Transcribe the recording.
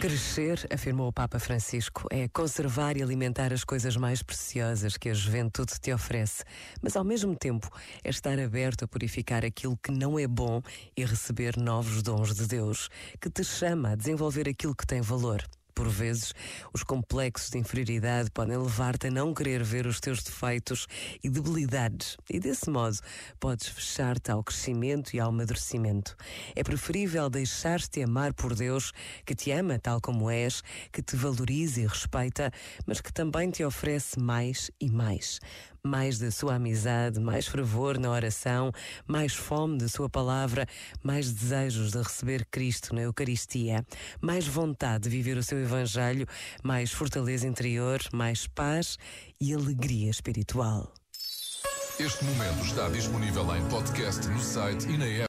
Crescer, afirmou o Papa Francisco, é conservar e alimentar as coisas mais preciosas que a juventude te oferece, mas ao mesmo tempo é estar aberto a purificar aquilo que não é bom e receber novos dons de Deus, que te chama a desenvolver aquilo que tem valor. Por vezes, os complexos de inferioridade podem levar-te a não querer ver os teus defeitos e debilidades, e desse modo podes fechar-te ao crescimento e ao amadurecimento. É preferível deixar-te amar por Deus, que te ama tal como és, que te valoriza e respeita, mas que também te oferece mais e mais. Mais da sua amizade, mais fervor na oração, mais fome da sua palavra, mais desejos de receber Cristo na Eucaristia, mais vontade de viver o seu Evangelho, mais fortaleza interior, mais paz e alegria espiritual. Este momento está disponível em podcast no site e na app.